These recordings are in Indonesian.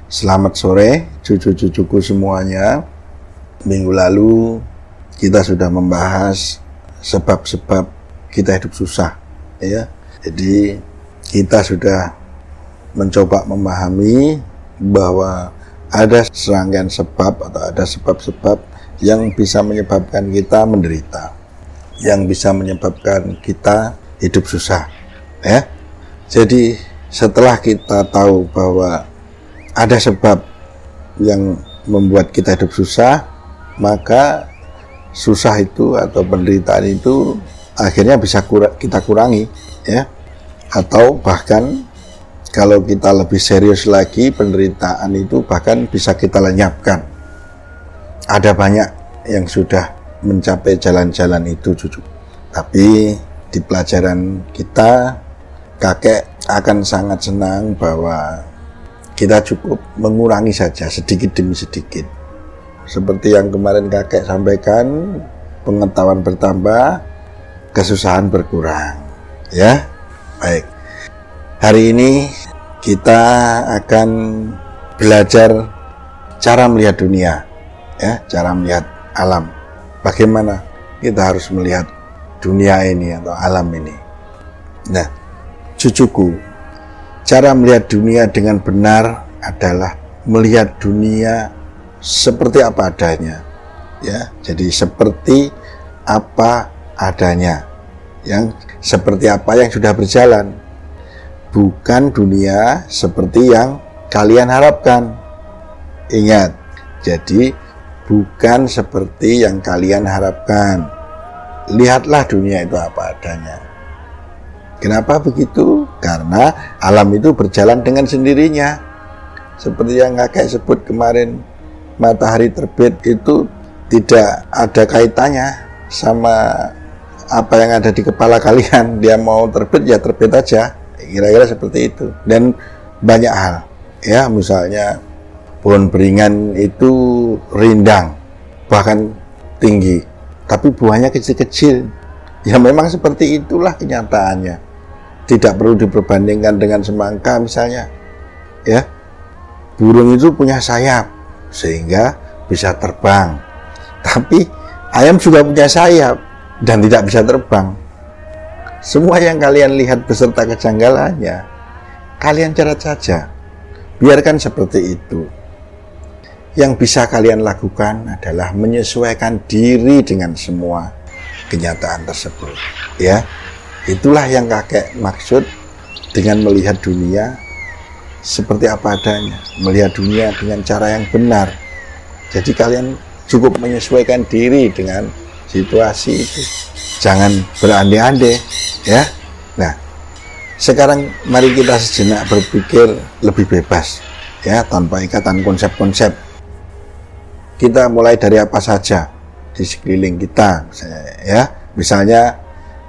Selamat sore cucu-cucuku semuanya. Minggu lalu kita sudah membahas sebab-sebab kita hidup susah, ya. Jadi kita sudah mencoba memahami bahwa ada serangkaian sebab atau ada sebab-sebab yang bisa menyebabkan kita menderita, yang bisa menyebabkan kita hidup susah, ya. Jadi setelah kita tahu bahwa ada sebab yang membuat kita hidup susah, maka susah itu atau penderitaan itu akhirnya bisa kita kurangi, ya. Atau bahkan kalau kita lebih serius lagi, penderitaan itu bahkan bisa kita lenyapkan. Ada banyak yang sudah mencapai jalan-jalan itu, cucu. Tapi di pelajaran kita, kakek akan sangat senang bahwa kita cukup mengurangi saja sedikit demi sedikit. Seperti yang kemarin kakek sampaikan, pengetahuan bertambah, kesusahan berkurang. Ya, baik. Hari ini kita akan belajar cara melihat dunia, ya, cara melihat alam. Bagaimana kita harus melihat dunia ini atau alam ini. Nah, cucuku, cara melihat dunia dengan benar adalah melihat dunia seperti apa adanya, ya. Jadi seperti apa adanya, yang seperti apa yang sudah berjalan, bukan dunia seperti yang kalian harapkan. Ingat, jadi bukan seperti yang kalian harapkan. Lihatlah dunia itu apa adanya. Kenapa begitu? Karena alam itu berjalan dengan sendirinya. Seperti yang kakek sebut kemarin, matahari terbit itu tidak ada kaitannya sama apa yang ada di kepala kalian. Dia mau terbit ya terbit aja, kira-kira seperti itu. Dan banyak hal, ya, misalnya pohon beringan itu rindang, bahkan tinggi, tapi buahnya kecil-kecil. Ya memang seperti itulah kenyataannya. Tidak perlu diperbandingkan dengan semangka misalnya, ya. Burung itu punya sayap sehingga bisa terbang, tapi ayam juga punya sayap dan tidak bisa terbang. Semua yang kalian lihat beserta kejanggalannya, kalian catat saja, biarkan seperti itu. Yang bisa kalian lakukan adalah menyesuaikan diri dengan semua kenyataan tersebut, ya. Itulah yang kakek maksud dengan melihat dunia seperti apa adanya, melihat dunia dengan cara yang benar. Jadi kalian cukup menyesuaikan diri dengan situasi itu, jangan berandai-andai, ya. Nah, sekarang mari kita sejenak berpikir lebih bebas, ya, tanpa ikatan konsep-konsep. Kita mulai dari apa saja di sekeliling kita, misalnya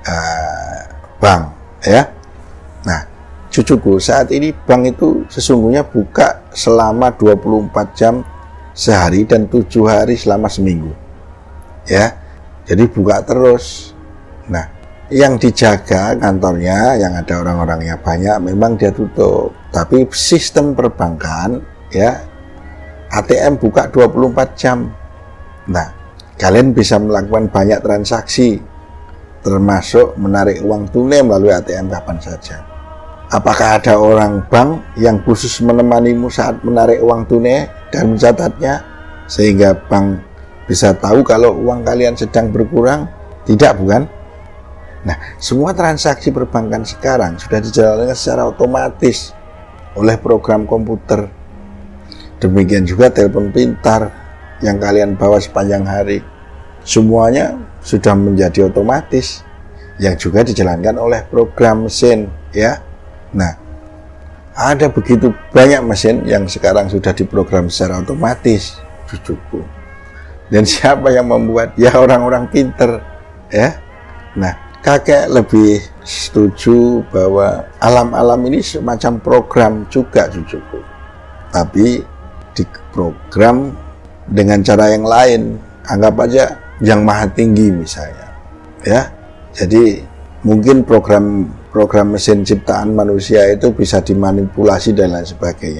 bank, ya. Nah, cucuku, saat ini bank itu sesungguhnya buka selama 24 jam sehari dan 7 hari selama seminggu, ya. Jadi buka terus. Nah, yang dijaga kantornya, yang ada orang-orangnya banyak, memang dia tutup. Tapi sistem perbankan, ya, ATM buka 24 jam. Nah, kalian bisa melakukan banyak transaksi, termasuk menarik uang tunai melalui ATM kapan saja. Apakah ada orang bank yang khusus menemanimu saat menarik uang tunai dan mencatatnya, sehingga bank bisa tahu kalau uang kalian sedang berkurang? Tidak, bukan? Nah, semua transaksi perbankan sekarang sudah dijalankan secara otomatis oleh program komputer. Demikian juga telepon pintar yang kalian bawa sepanjang hari. Semuanya sudah menjadi otomatis, yang juga dijalankan oleh program mesin, ya. Nah, ada begitu banyak mesin yang sekarang sudah diprogram secara otomatis, cucuku. Dan siapa yang membuat? Ya orang-orang pinter, ya. Nah, kakek lebih setuju bahwa alam-alam ini semacam program juga, cucuku. Tapi diprogram dengan cara yang lain. Anggap aja yang maha tinggi misalnya, ya. Jadi mungkin program mesin ciptaan manusia itu bisa dimanipulasi dan lain sebagainya.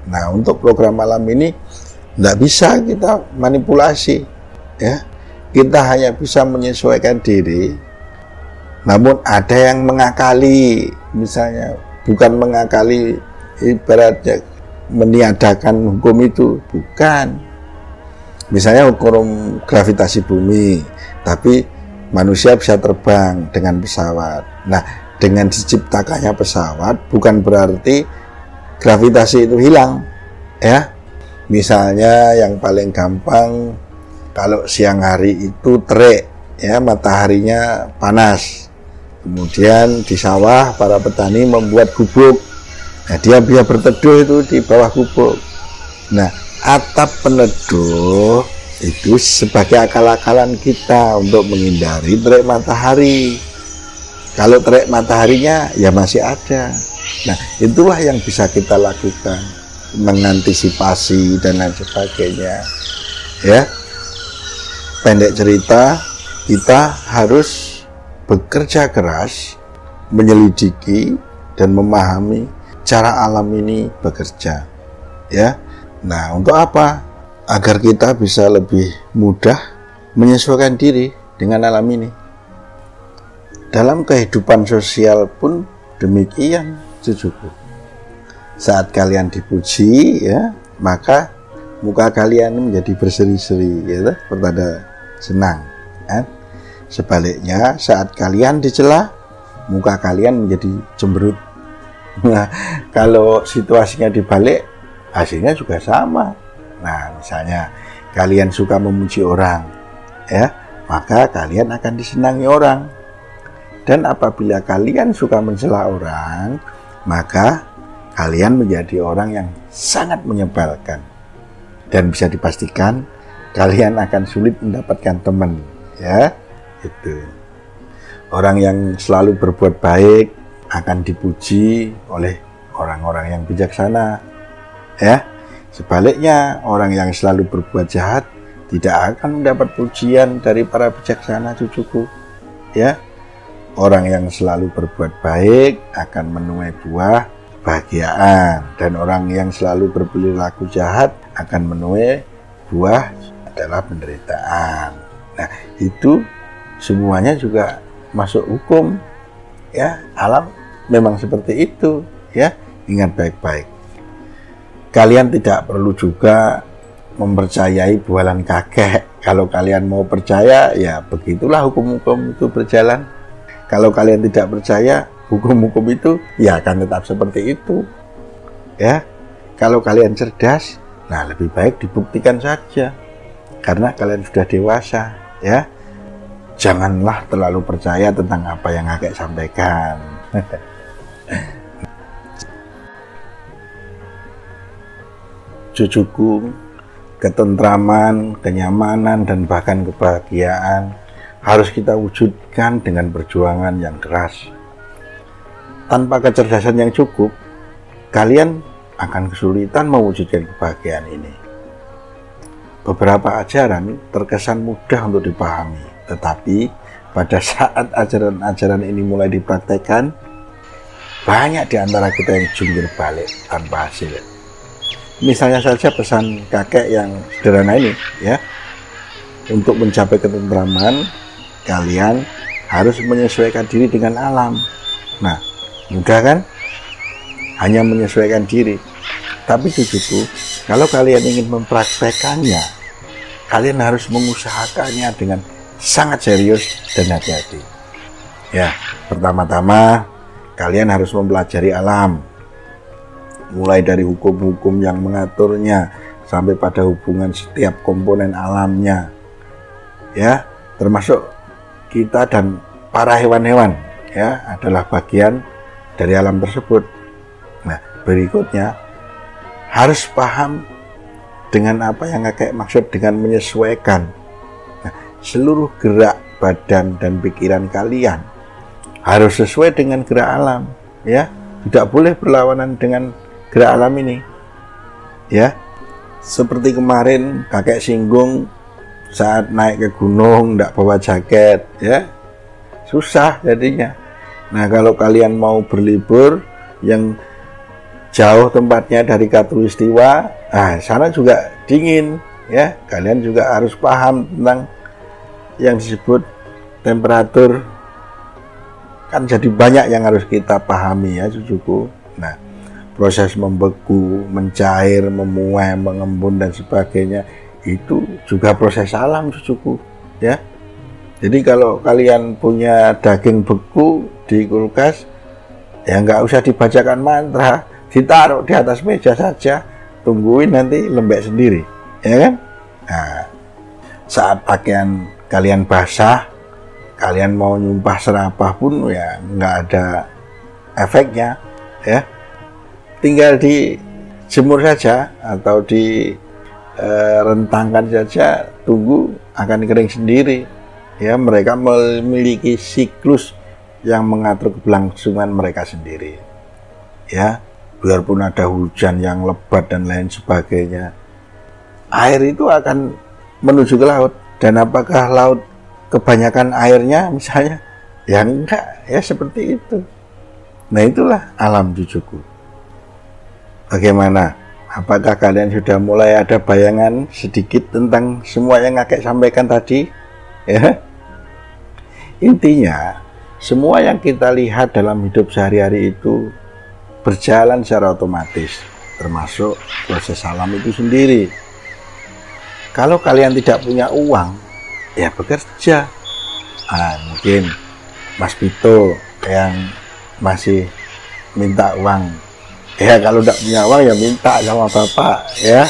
Nah, untuk program alam ini nggak bisa kita manipulasi, ya. Kita hanya bisa menyesuaikan diri. Namun ada yang mengakali, misalnya bukan mengakali ibaratnya meniadakan hukum itu, bukan. Misalnya hukum gravitasi bumi, tapi manusia bisa terbang dengan pesawat. Nah, dengan diciptakannya pesawat bukan berarti gravitasi itu hilang, ya. Misalnya yang paling gampang, kalau siang hari itu terik, ya, mataharinya panas. Kemudian di sawah para petani membuat gubuk. Nah, dia bisa berteduh itu di bawah gubuk. Nah, atap peneduh itu sebagai akal-akalan kita untuk menghindari terik matahari. Kalau terik mataharinya ya masih ada. Nah, itulah yang bisa kita lakukan, mengantisipasi dan lain sebagainya. Ya, pendek cerita, kita harus bekerja keras, menyelidiki dan memahami cara alam ini bekerja. Ya, nah untuk apa? Agar kita bisa lebih mudah menyesuaikan diri dengan alam ini. Dalam kehidupan sosial pun demikian, cucuku. Saat kalian dipuji, ya, maka muka kalian menjadi berseri-seri, ya, bertanda senang. Ya. Sebaliknya, saat kalian dicela, muka kalian menjadi cemberut. Nah, kalau situasinya dibalik, hasilnya juga sama. Nah, misalnya kalian suka memuji orang, ya, maka kalian akan disenangi orang. Dan apabila kalian suka mencela orang, maka kalian menjadi orang yang sangat menyebalkan. Dan bisa dipastikan kalian akan sulit mendapatkan teman, ya. Itu. Orang yang selalu berbuat baik akan dipuji oleh orang-orang yang bijaksana, ya. Sebaliknya, orang yang selalu berbuat jahat tidak akan mendapat pujian dari para bijaksana, cucuku, ya. Orang yang selalu berbuat baik akan menuai buah kebahagiaan, dan orang yang selalu berperilaku jahat akan menuai buah adalah penderitaan. Nah, itu semuanya juga masuk hukum, ya. Alam memang seperti itu, ya. Ingat baik-baik. Kalian tidak perlu juga mempercayai bualan kakek. Kalau kalian mau percaya, ya begitulah hukum-hukum itu berjalan. Kalau kalian tidak percaya, hukum-hukum itu ya akan tetap seperti itu, ya. Kalau kalian cerdas, nah lebih baik dibuktikan saja, karena kalian sudah dewasa, ya. Janganlah terlalu percaya tentang apa yang kakek sampaikan. Cucuku, ketentraman, kenyamanan, dan bahkan kebahagiaan harus kita wujudkan dengan perjuangan yang keras. Tanpa kecerdasan yang cukup, kalian akan kesulitan mewujudkan kebahagiaan ini. Beberapa ajaran terkesan mudah untuk dipahami, tetapi pada saat ajaran-ajaran ini mulai dipraktekkan, banyak di antara kita yang jungkir balik tanpa hasil. Misalnya saja pesan kakek yang sederhana ini, ya. Untuk mencapai ketentraman, kalian harus menyesuaikan diri dengan alam. Nah, mudah kan? Hanya menyesuaikan diri. Tapi cucuku, kalau kalian ingin mempraktekannya, kalian harus mengusahakannya dengan sangat serius dan hati-hati. Ya, pertama-tama kalian harus mempelajari alam. Mulai dari hukum-hukum yang mengaturnya sampai pada hubungan setiap komponen alamnya. Ya, termasuk kita dan para hewan-hewan, ya, adalah bagian dari alam tersebut. Nah, berikutnya harus paham dengan apa yang kakek maksud dengan menyesuaikan. Nah, seluruh gerak badan dan pikiran kalian harus sesuai dengan gerak alam, ya. Tidak boleh berlawanan dengan gerak alam ini, ya. Seperti kemarin kakek singgung saat naik ke gunung tidak bawa jaket, ya, susah jadinya. Nah, kalau kalian mau berlibur yang jauh tempatnya dari Katulistiwa, sana juga dingin ya. Kalian juga harus paham tentang yang disebut temperatur, kan jadi banyak yang harus kita pahami ya cucuku. Nah, proses membeku, mencair, memuai, mengembun dan sebagainya itu juga proses alam cucuku ya. Jadi kalau kalian punya daging beku di kulkas, ya nggak usah dibacakan mantra, ditaruh di atas meja saja, tungguin nanti lembek sendiri, ya kan? Nah, saat pakaian kalian basah, kalian mau nyumpah serapah pun ya nggak ada efeknya, ya. Tinggal dijemur saja atau direntangkan saja, tunggu akan kering sendiri. Ya, mereka memiliki siklus yang mengatur keberlangsungan mereka sendiri. Ya, biarpun ada hujan yang lebat dan lain sebagainya, air itu akan menuju ke laut. Dan apakah laut kebanyakan airnya misalnya? Ya enggak, ya seperti itu. Nah, itulah alam cucuku. Bagaimana? Apakah kalian sudah mulai ada bayangan sedikit tentang semua yang kakek sampaikan tadi? Ya. Intinya, semua yang kita lihat dalam hidup sehari-hari itu berjalan secara otomatis, termasuk proses alam itu sendiri. Kalau kalian tidak punya uang, ya bekerja. Mungkin Mas Pito yang masih minta uang, ya kalau tidak punya uang ya minta sama bapak ya.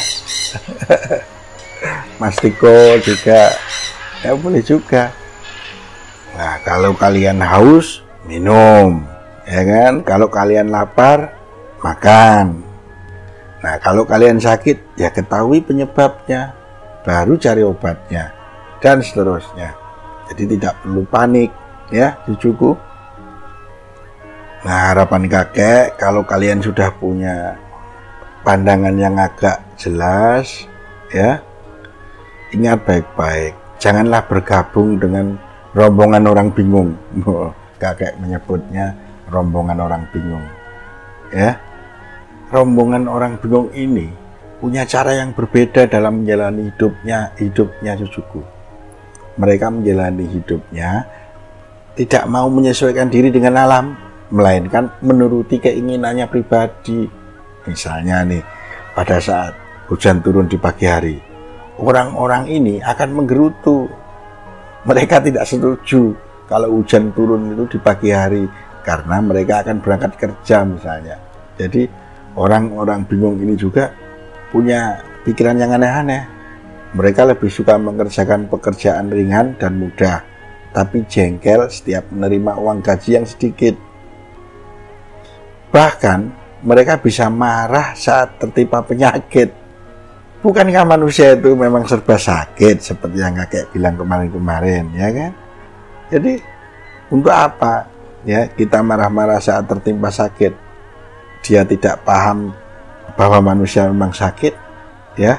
Mas Tiko juga ya boleh juga. Nah, kalau kalian haus, minum, ya kan? Kalau kalian lapar, makan. Nah, kalau kalian sakit, ya ketahui penyebabnya, baru cari obatnya, dan seterusnya. Jadi tidak perlu panik, ya, cucuku. Nah, harapan kakek, kalau kalian sudah punya pandangan yang agak jelas, ya, ingat baik-baik, janganlah bergabung dengan rombongan orang bingung. Kakek menyebutnya rombongan orang bingung. Ya, rombongan orang bingung ini punya cara yang berbeda dalam menjalani hidupnya cucuku. Mereka menjalani hidupnya tidak mau menyesuaikan diri dengan alam, melainkan menuruti keinginannya pribadi. Misalnya nih, pada saat hujan turun di pagi hari, orang-orang ini akan menggerutu. Mereka tidak setuju kalau hujan turun itu di pagi hari, karena mereka akan berangkat kerja misalnya. Jadi orang-orang bingung ini juga punya pikiran yang aneh-aneh. Mereka lebih suka mengerjakan pekerjaan ringan dan mudah, tapi jengkel setiap menerima uang gaji yang sedikit. Bahkan mereka bisa marah saat tertimpa penyakit. Bukankah manusia itu memang serba sakit seperti yang kakek bilang kemarin-kemarin, ya kan? Jadi untuk apa ya kita marah-marah saat tertimpa sakit? Dia tidak paham bahwa manusia memang sakit, ya.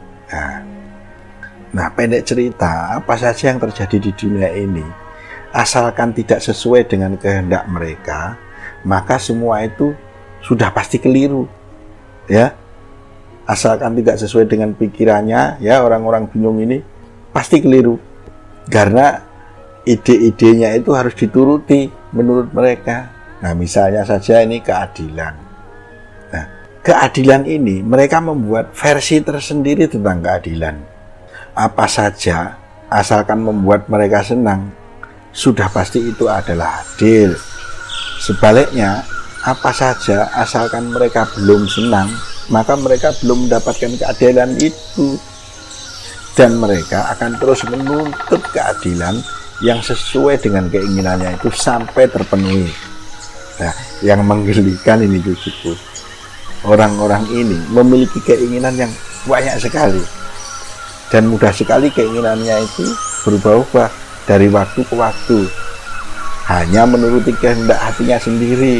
Nah, pendek cerita, apa saja yang terjadi di dunia ini, asalkan tidak sesuai dengan kehendak mereka, maka semua itu sudah pasti keliru, ya. Asalkan tidak sesuai dengan pikirannya, ya, orang-orang bingung ini pasti keliru, karena ide-idenya itu harus dituruti menurut mereka. Nah, misalnya saja ini keadilan. Nah, keadilan ini mereka membuat versi tersendiri tentang keadilan. Apa saja asalkan membuat mereka senang, sudah pasti itu adalah adil. Sebaliknya, apa saja asalkan mereka belum senang, maka mereka belum mendapatkan keadilan itu. Dan mereka akan terus menuntut keadilan yang sesuai dengan keinginannya itu sampai terpenuhi. Nah, yang menggelikan ini cucuku, orang-orang ini memiliki keinginan yang banyak sekali. Dan mudah sekali keinginannya itu berubah-ubah dari waktu ke waktu, hanya menuruti kehendak hatinya sendiri.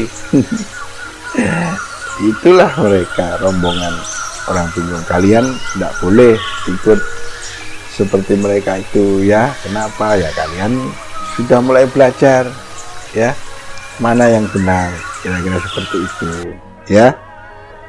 Itulah mereka, rombongan orang bingung. Kalian tidak boleh ikut seperti mereka itu, ya. Kenapa? Ya kalian sudah mulai belajar, ya, mana yang benar, kira-kira seperti itu, ya.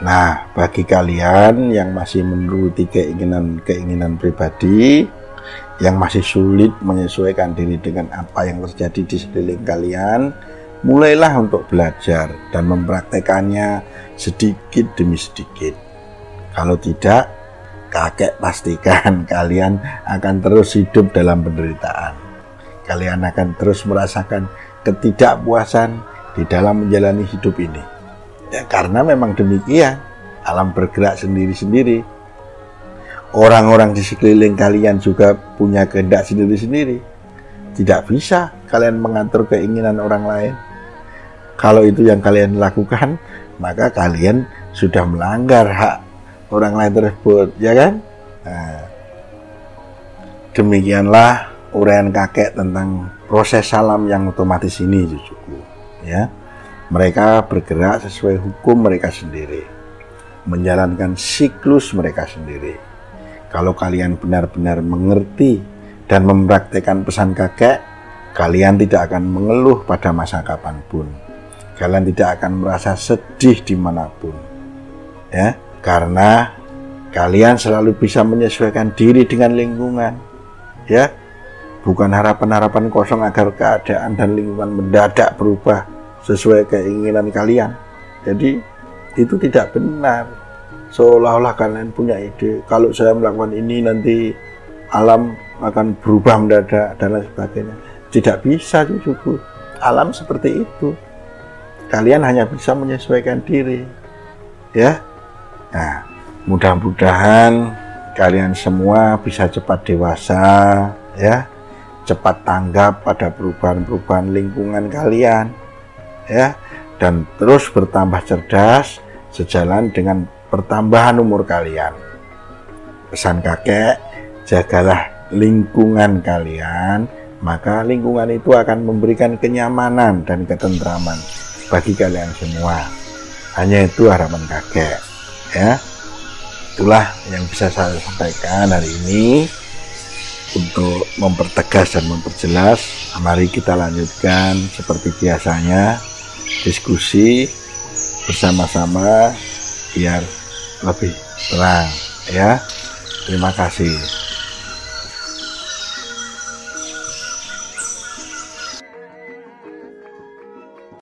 Nah, bagi kalian yang masih menuruti keinginan pribadi, yang masih sulit menyesuaikan diri dengan apa yang terjadi di sekeliling kalian, mulailah untuk belajar dan mempraktekannya sedikit demi sedikit. Kalau tidak, kakek pastikan kalian akan terus hidup dalam penderitaan. Kalian akan terus merasakan ketidakpuasan di dalam menjalani hidup ini. Ya, karena memang demikian, alam bergerak sendiri-sendiri. Orang-orang di sekeliling kalian juga punya kehendak sendiri-sendiri. Tidak bisa kalian mengatur keinginan orang lain. Kalau itu yang kalian lakukan, maka kalian sudah melanggar hak orang lain tersebut, ya kan? Nah, demikianlah uraian kakek tentang proses alam yang otomatis ini, cucuku. Ya. Mereka bergerak sesuai hukum mereka sendiri, menjalankan siklus mereka sendiri. Kalau kalian benar-benar mengerti dan mempraktekkan pesan kakek, kalian tidak akan mengeluh pada masa kapanpun. Kalian tidak akan merasa sedih dimanapun, ya, karena kalian selalu bisa menyesuaikan diri dengan lingkungan, ya, bukan harapan-harapan kosong agar keadaan dan lingkungan mendadak berubah sesuai keinginan kalian. Jadi itu tidak benar. Seolah-olah kalian punya ide, kalau saya melakukan ini nanti alam akan berubah mendadak dan lain sebagainya. Tidak bisa, cucuku. Alam seperti itu. Kalian hanya bisa menyesuaikan diri, ya. Nah, mudah-mudahan kalian semua bisa cepat dewasa, ya, cepat tanggap pada perubahan-perubahan lingkungan kalian, ya, dan terus bertambah cerdas sejalan dengan pertambahan umur kalian. Pesan kakek, jagalah lingkungan kalian, maka lingkungan itu akan memberikan kenyamanan dan ketentraman bagi kalian semua. Hanya itu harapan kakek, ya. Itulah yang bisa saya sampaikan hari ini. Untuk mempertegas dan memperjelas, mari kita lanjutkan seperti biasanya diskusi bersama-sama biar lebih terang, ya. Terima kasih.